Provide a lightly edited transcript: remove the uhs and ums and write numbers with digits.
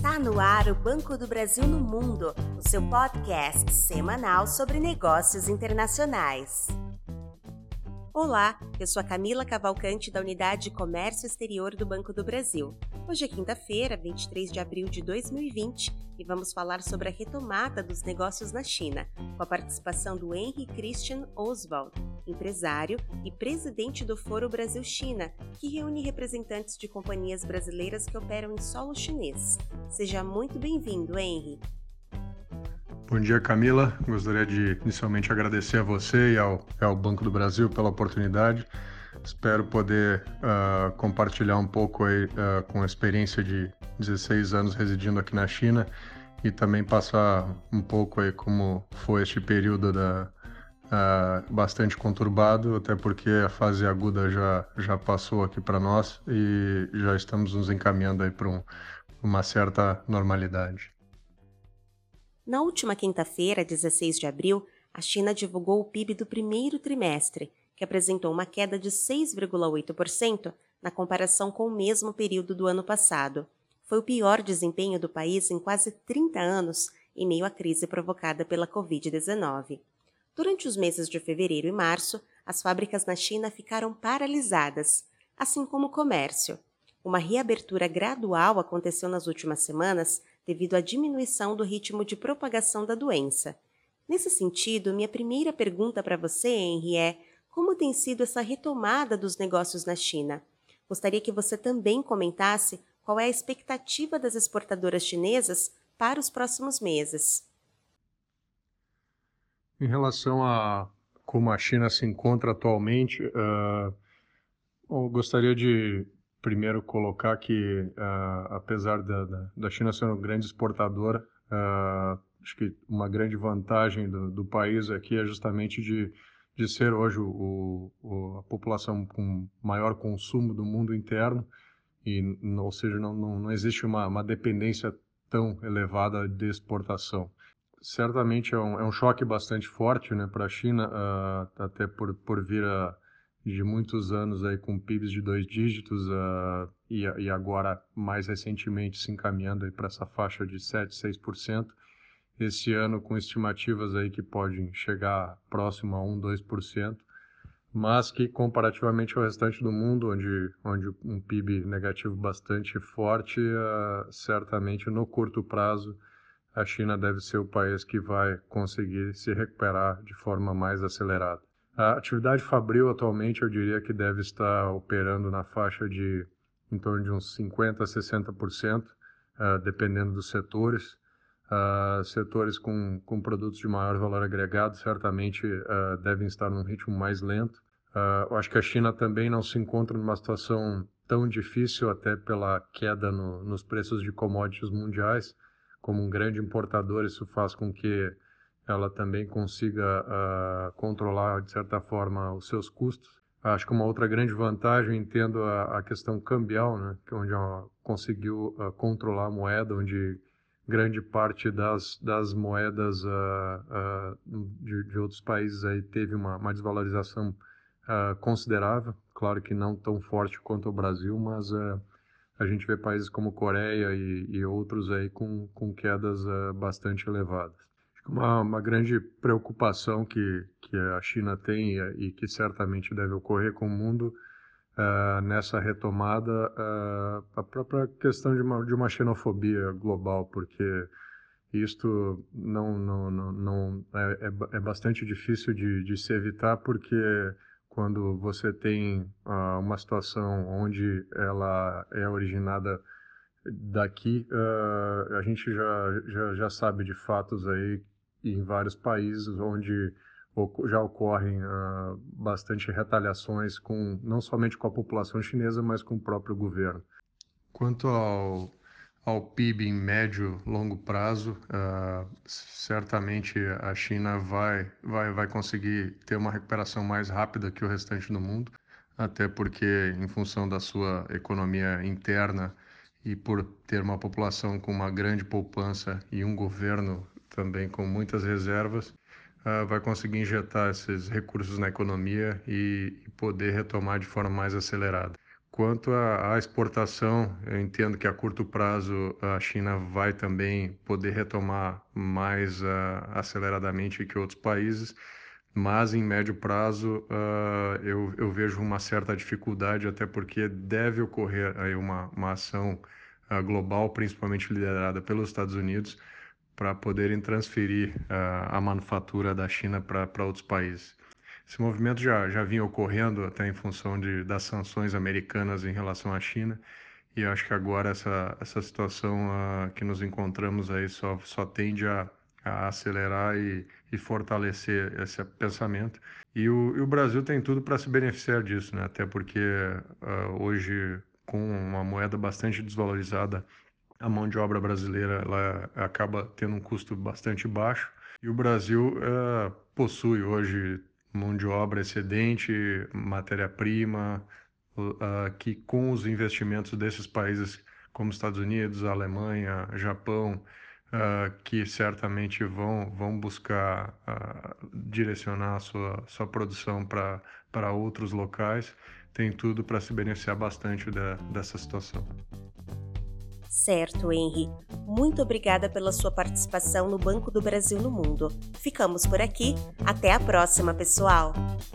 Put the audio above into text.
Está no ar o Banco do Brasil no Mundo, o seu podcast semanal sobre negócios internacionais. Olá, eu sou a Camila Cavalcante da Unidade de Comércio Exterior do Banco do Brasil. Hoje é quinta-feira, 23 de abril de 2020 e vamos falar sobre a retomada dos negócios na China, com a participação do Henry Christian Oswald, empresário e presidente do Foro Brasil-China, que reúne representantes de companhias brasileiras que operam em solo chinês. Seja muito bem-vindo, Henry. Bom dia, Camila. Gostaria de inicialmente agradecer a você e ao Banco do Brasil pela oportunidade. Espero poder compartilhar um pouco aí, com a experiência de 16 anos residindo aqui na China e também passar um pouco aí como foi este período bastante conturbado, até porque a fase aguda já passou aqui para nós e já estamos nos encaminhando aí para uma certa normalidade. Na última quinta-feira, 16 de abril, a China divulgou o PIB do primeiro trimestre, que apresentou uma queda de 6,8% na comparação com o mesmo período do ano passado. Foi o pior desempenho do país em quase 30 anos, em meio à crise provocada pela Covid-19. Durante os meses de fevereiro e março, as fábricas na China ficaram paralisadas, assim como o comércio. Uma reabertura gradual aconteceu nas últimas semanas devido à diminuição do ritmo de propagação da doença. Nesse sentido, minha primeira pergunta para você, Henry, é: como tem sido essa retomada dos negócios na China? Gostaria que você também comentasse qual é a expectativa das exportadoras chinesas para os próximos meses. Em relação a como a China se encontra atualmente, eu gostaria de primeiro colocar que, apesar da China ser um grande exportador, acho que uma grande vantagem do país aqui é justamente de ser hoje a população com maior consumo do mundo interno, ou seja, não existe uma dependência tão elevada de exportação. Certamente é um choque bastante forte, né, para a China, até por vir de muitos anos aí com PIBs de 2 dígitos e agora mais recentemente se encaminhando para essa faixa de 7, 6%. Esse ano com estimativas aí que podem chegar próximo a 1, 2%, mas que comparativamente ao restante do mundo, onde um PIB negativo bastante forte, certamente no curto prazo a China deve ser o país que vai conseguir se recuperar de forma mais acelerada. A atividade fabril atualmente eu diria que deve estar operando na faixa de em torno de uns 50% a 60%, dependendo dos setores. Setores com produtos de maior valor agregado certamente devem estar num ritmo mais lento. Eu acho que a China também não se encontra numa situação tão difícil, até pela queda nos preços de commodities mundiais. Como um grande importador, isso faz com que ela também consiga controlar, de certa forma, os seus custos. Acho que uma outra grande vantagem, entendo a questão cambial, né, que onde ela conseguiu controlar a moeda, onde grande parte das moedas de outros países aí teve uma desvalorização considerável. Claro que não tão forte quanto o Brasil, mas a gente vê países como Coreia e outros aí com quedas bastante elevadas. Acho que uma grande preocupação que a China tem e que certamente deve ocorrer com o mundo nessa retomada, a própria questão de uma xenofobia global, porque isto não é bastante difícil de se evitar, porque quando você tem uma situação onde ela é originada daqui, a gente já sabe de fatos aí em vários países onde já ocorrem bastante retaliações não somente com a população chinesa, mas com o próprio governo. Quanto ao PIB em médio e longo prazo, certamente a China vai conseguir ter uma recuperação mais rápida que o restante do mundo, até porque, em função da sua economia interna e por ter uma população com uma grande poupança e um governo também com muitas reservas, vai conseguir injetar esses recursos na economia e poder retomar de forma mais acelerada. Quanto à exportação, eu entendo que a curto prazo a China vai também poder retomar mais aceleradamente que outros países, mas em médio prazo eu vejo uma certa dificuldade, até porque deve ocorrer aí uma ação global, principalmente liderada pelos Estados Unidos, para poderem transferir a manufatura da China para outros países. Esse movimento já vinha ocorrendo até em função das sanções americanas em relação à China, e eu acho que agora essa situação que nos encontramos aí só tende a acelerar e fortalecer esse pensamento. E o Brasil tem tudo para se beneficiar disso, né? Até porque hoje, com uma moeda bastante desvalorizada, a mão de obra brasileira ela acaba tendo um custo bastante baixo, e o Brasil possui hoje mão de obra excedente, matéria-prima, que com os investimentos desses países como Estados Unidos, Alemanha, Japão, que certamente vão buscar direcionar a sua produção para outros locais, tem tudo para se beneficiar bastante dessa situação. Certo, Henry. Muito obrigada pela sua participação no Banco do Brasil no Mundo. Ficamos por aqui. Até a próxima, pessoal!